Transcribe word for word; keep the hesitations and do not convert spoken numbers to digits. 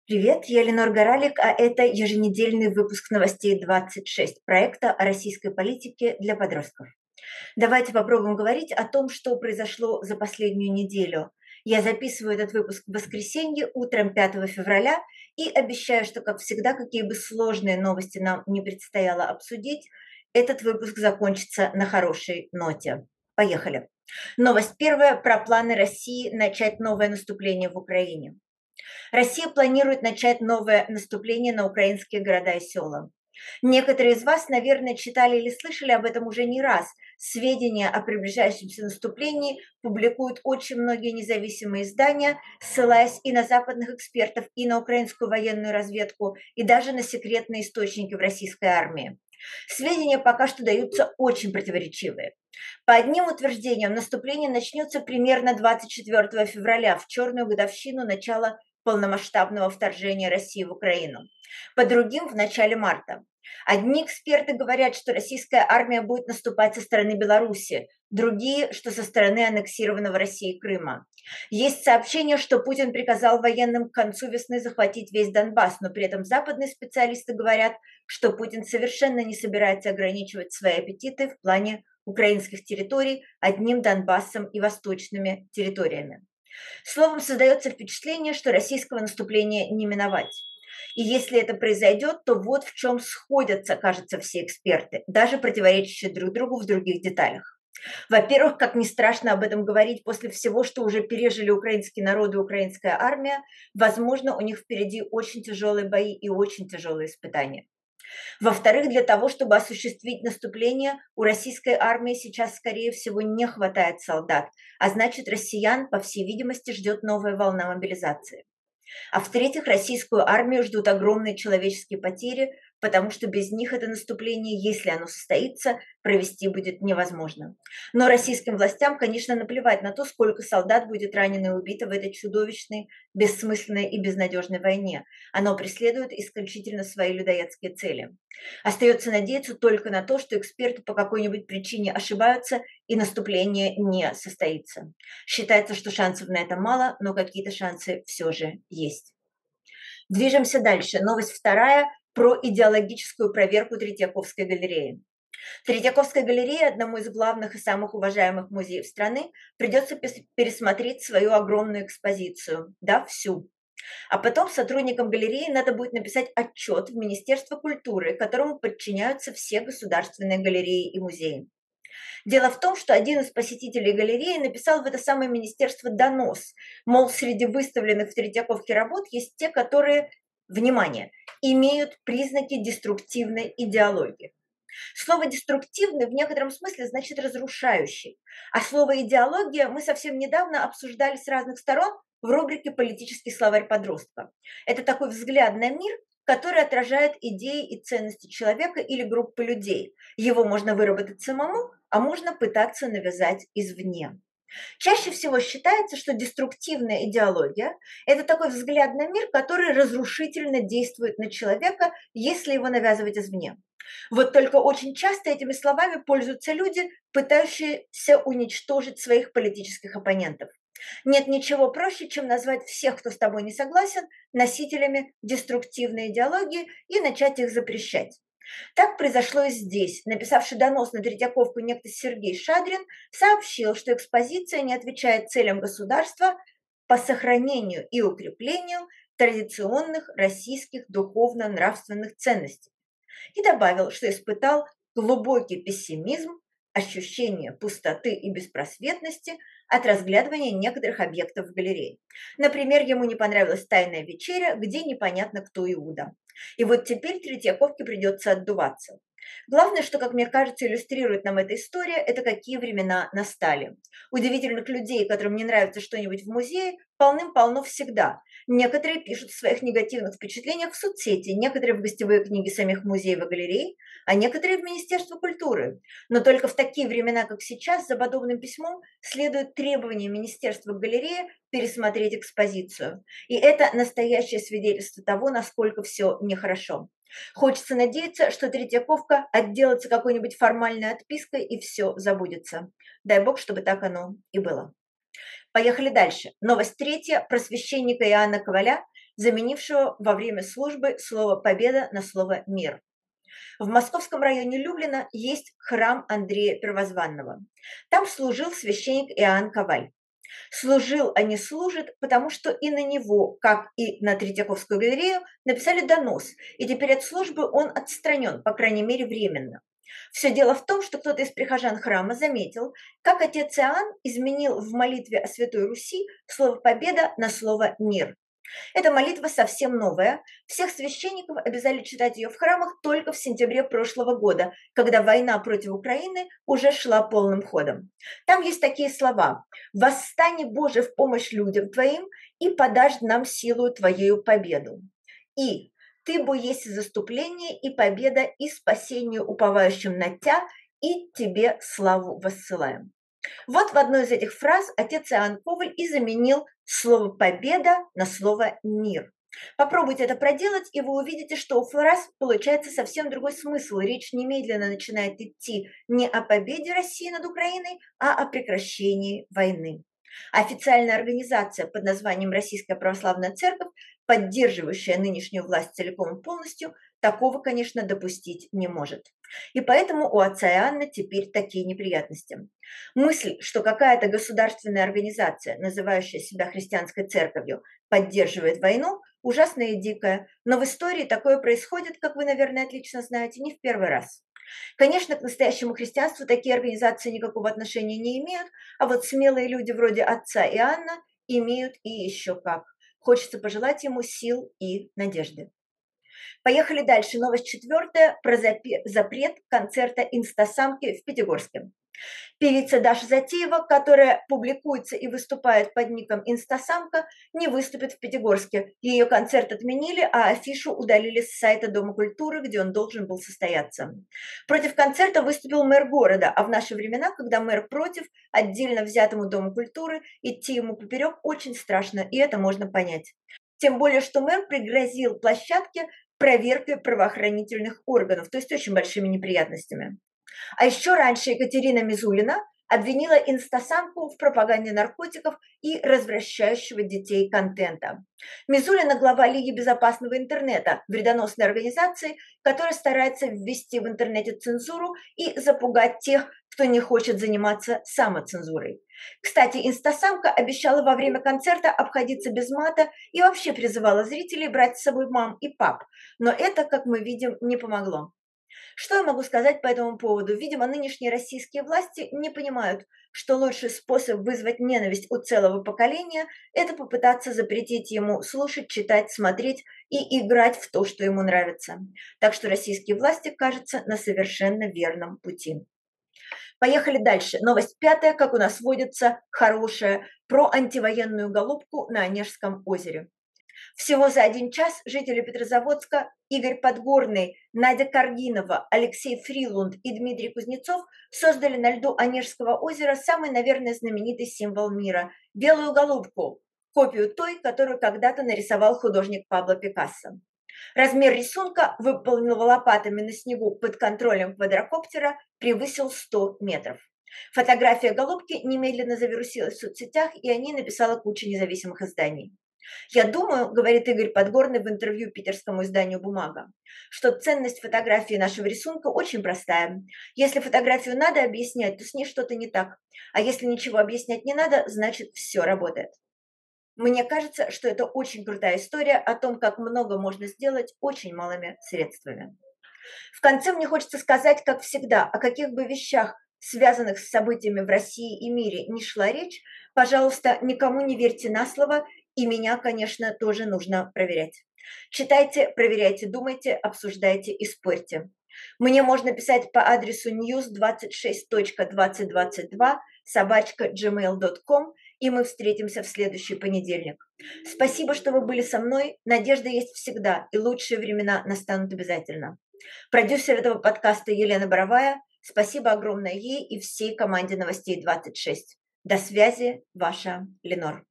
Привет, я Ленор Горалик, а это еженедельный выпуск новостей двадцать шесть проекта о российской политике для подростков. Давайте попробуем говорить о том, что произошло за последнюю неделю. Я записываю этот выпуск в воскресенье утром пятого февраля и обещаю, что, как всегда, какие бы сложные новости нам не предстояло обсудить, этот выпуск закончится на хорошей ноте. Поехали. Новость первая про планы России начать новое наступление в Украине. Россия планирует начать новое наступление на украинские города и села. Некоторые из вас, наверное, читали или слышали об этом уже не раз. Сведения о приближающемся наступлении публикуют очень многие независимые издания, ссылаясь и на западных экспертов, и на украинскую военную разведку, и даже на секретные источники в российской армии. Сведения пока что даются очень противоречивые. По одним утверждениям, наступление начнется примерно двадцать четвёртого февраля, в черную годовщину начала полномасштабного вторжения России в Украину. По другим – в начале марта. Одни эксперты говорят, что российская армия будет наступать со стороны Беларуси, другие, что со стороны аннексированного Россией Крыма. Есть сообщение, что Путин приказал военным к концу весны захватить весь Донбасс, но при этом западные специалисты говорят, что Путин совершенно не собирается ограничивать свои аппетиты в плане украинских территорий одним Донбассом и восточными территориями. Словом, создается впечатление, что российского наступления не миновать. И если это произойдет, то вот в чем сходятся, кажется, все эксперты, даже противоречащие друг другу в других деталях. Во-первых, как не страшно об этом говорить после всего, что уже пережили украинский народ и украинская армия, возможно, у них впереди очень тяжелые бои и очень тяжелые испытания. Во-вторых, для того, чтобы осуществить наступление, у российской армии сейчас, скорее всего, не хватает солдат, а значит, россиян, по всей видимости, ждет новая волна мобилизации. А в-третьих, российскую армию ждут огромные человеческие потери, потому что без них это наступление, если оно состоится, провести будет невозможно. Но российским властям, конечно, наплевать на то, сколько солдат будет ранено и убито в этой чудовищной, бессмысленной и безнадежной войне. Оно преследует исключительно свои людоедские цели. Остается надеяться только на то, что эксперты по какой-нибудь причине ошибаются и наступление не состоится. Считается, что шансов на это мало, но какие-то шансы все же есть. Движемся дальше. Новость вторая про идеологическую проверку Третьяковской галереи. Третьяковской галерее, одному из главных и самых уважаемых музеев страны, придется пересмотреть свою огромную экспозицию, да, всю. А потом сотрудникам галереи надо будет написать отчет в Министерство культуры, которому подчиняются все государственные галереи и музеи. Дело в том, что один из посетителей галереи написал в это самое министерство донос, мол, среди выставленных в Третьяковке работ есть те, которые, внимание, имеют признаки деструктивной идеологии. Слово «деструктивный» в некотором смысле значит «разрушающий», а слово «идеология» мы совсем недавно обсуждали с разных сторон в рубрике «Политический словарь подростка». Это такой взгляд на мир, который отражает идеи и ценности человека или группы людей. Его можно выработать самому, а можно пытаться навязать извне. Чаще всего считается, что деструктивная идеология – это такой взгляд на мир, который разрушительно действует на человека, если его навязывать извне. Вот только очень часто этими словами пользуются люди, пытающиеся уничтожить своих политических оппонентов. Нет ничего проще, чем назвать всех, кто с тобой не согласен, носителями деструктивной идеологии и начать их запрещать. Так произошло и здесь. Написавший донос на Третьяковку некто Сергей Шадрин сообщил, что экспозиция не отвечает целям государства по сохранению и укреплению традиционных российских духовно-нравственных ценностей. И добавил, что испытал глубокий пессимизм, ощущение пустоты и беспросветности от разглядывания некоторых объектов в галерее. Например, ему не понравилась тайная вечеря, где непонятно, кто Иуда. И вот теперь Третьяковке придется отдуваться. Главное, что, как мне кажется, иллюстрирует нам эта история, это какие времена настали. Удивительных людей, которым не нравится что-нибудь в музее, полным-полно всегда. Некоторые пишут в своих негативных впечатлениях в соцсети, некоторые в гостевые книги самих музеев и галерей, а некоторые в Министерство культуры. Но только в такие времена, как сейчас, за подобным письмом следует требование Министерства к галерее пересмотреть экспозицию. И это настоящее свидетельство того, насколько все нехорошо. Хочется надеяться, что Третьяковка отделается какой-нибудь формальной отпиской и все забудется. Дай бог, чтобы так оно и было. Поехали дальше. Новость третья про священника Иоанна Коваля, заменившего во время службы слово «победа» на слово «мир». В московском районе Люблина есть храм Андрея Первозванного. Там служил священник Иоанн Коваль. Служил, а не служит, потому что и на него, как и на Третьяковскую галерею, написали донос, и теперь от службы он отстранен, по крайней мере, временно. Все дело в том, что кто-то из прихожан храма заметил, как отец Иоанн изменил в молитве о Святой Руси слово «победа» на слово «мир». Эта молитва совсем новая. Всех священников обязали читать ее в храмах только в сентябре прошлого года, когда война против Украины уже шла полным ходом. Там есть такие слова: «Восстань, Боже, в помощь людям Твоим, и подашь нам силу Твоею победу». И «Ты бо есть заступление и победа, и спасение уповающим на Тя, и Тебе славу воссылаем». Вот в одной из этих фраз отец Иоанн Коваль и заменил слово «победа» на слово «мир». Попробуйте это проделать, и вы увидите, что у фраз получается совсем другой смысл. Речь немедленно начинает идти не о победе России над Украиной, а о прекращении войны. Официальная организация под названием Российская Православная Церковь, поддерживающая нынешнюю власть целиком и полностью, такого, конечно, допустить не может. И поэтому у отца Иоанна теперь такие неприятности. Мысль, что какая-то государственная организация, называющая себя христианской церковью, поддерживает войну, ужасная и дикая, но в истории такое происходит, как вы, наверное, отлично знаете, не в первый раз. Конечно, к настоящему христианству такие организации никакого отношения не имеют, а вот смелые люди вроде отца Иоанна имеют и еще как. Хочется пожелать ему сил и надежды. Поехали дальше. Новость четвертая про запрет концерта «Инстасамки» в Пятигорске. Певица Даша Затеева, которая публикуется и выступает под ником «Инстасамка», не выступит в Пятигорске. Ее концерт отменили, а афишу удалили с сайта Дома культуры, где он должен был состояться. Против концерта выступил мэр города, а в наши времена, когда мэр против отдельно взятому Дому культуры, идти ему поперек очень страшно, и это можно понять. Тем более, что мэр пригрозил площадке проверкой правоохранительных органов, то есть очень большими неприятностями. А еще раньше Екатерина Мизулина обвинила «Инстасамку» в пропаганде наркотиков и развращающего детей контента. Мизулина – глава Лиги безопасного интернета, вредоносной организации, которая старается ввести в интернете цензуру и запугать тех, кто не хочет заниматься самоцензурой. Кстати, «Инстасамка» обещала во время концерта обходиться без мата и вообще призывала зрителей брать с собой мам и пап, но это, как мы видим, не помогло. Что я могу сказать по этому поводу? Видимо, нынешние российские власти не понимают, что лучший способ вызвать ненависть у целого поколения – это попытаться запретить ему слушать, читать, смотреть и играть в то, что ему нравится. Так что российские власти, кажется, на совершенно верном пути. Поехали дальше. Новость пятая, как у нас водится, хорошая, про антивоенную голубку на Онежском озере. Всего за один час жители Петрозаводска Игорь Подгорный, Надя Каргинова, Алексей Фрилунд и Дмитрий Кузнецов создали на льду Онежского озера самый, наверное, знаменитый символ мира – белую голубку, копию той, которую когда-то нарисовал художник Пабло Пикассо. Размер рисунка, выполненного лопатами на снегу под контролем квадрокоптера, превысил сто метров. Фотография голубки немедленно завирусилась в соцсетях, и о ней написала куча независимых изданий. «Я думаю, — говорит Игорь Подгорный в интервью питерскому изданию «Бумага», — что ценность фотографии нашего рисунка очень простая. Если фотографию надо объяснять, то с ней что-то не так. А если ничего объяснять не надо, значит, все работает. Мне кажется, что это очень крутая история о том, как много можно сделать очень малыми средствами. В конце мне хочется сказать, как всегда, о каких бы вещах, связанных с событиями в России и мире, не шла речь, пожалуйста, никому не верьте на слово, и меня, конечно, тоже нужно проверять. Читайте, проверяйте, думайте, обсуждайте и спорьте. Мне можно писать по адресу ньюс двадцать шесть точка двадцать двадцать два собачка джимейл точка ком, и мы встретимся в следующий понедельник. Спасибо, что вы были со мной. Надежда есть всегда, и лучшие времена настанут обязательно. Продюсер этого подкаста Елена Боровая. Спасибо огромное ей и всей команде новостей двадцать шесть. До связи, ваша Ленор.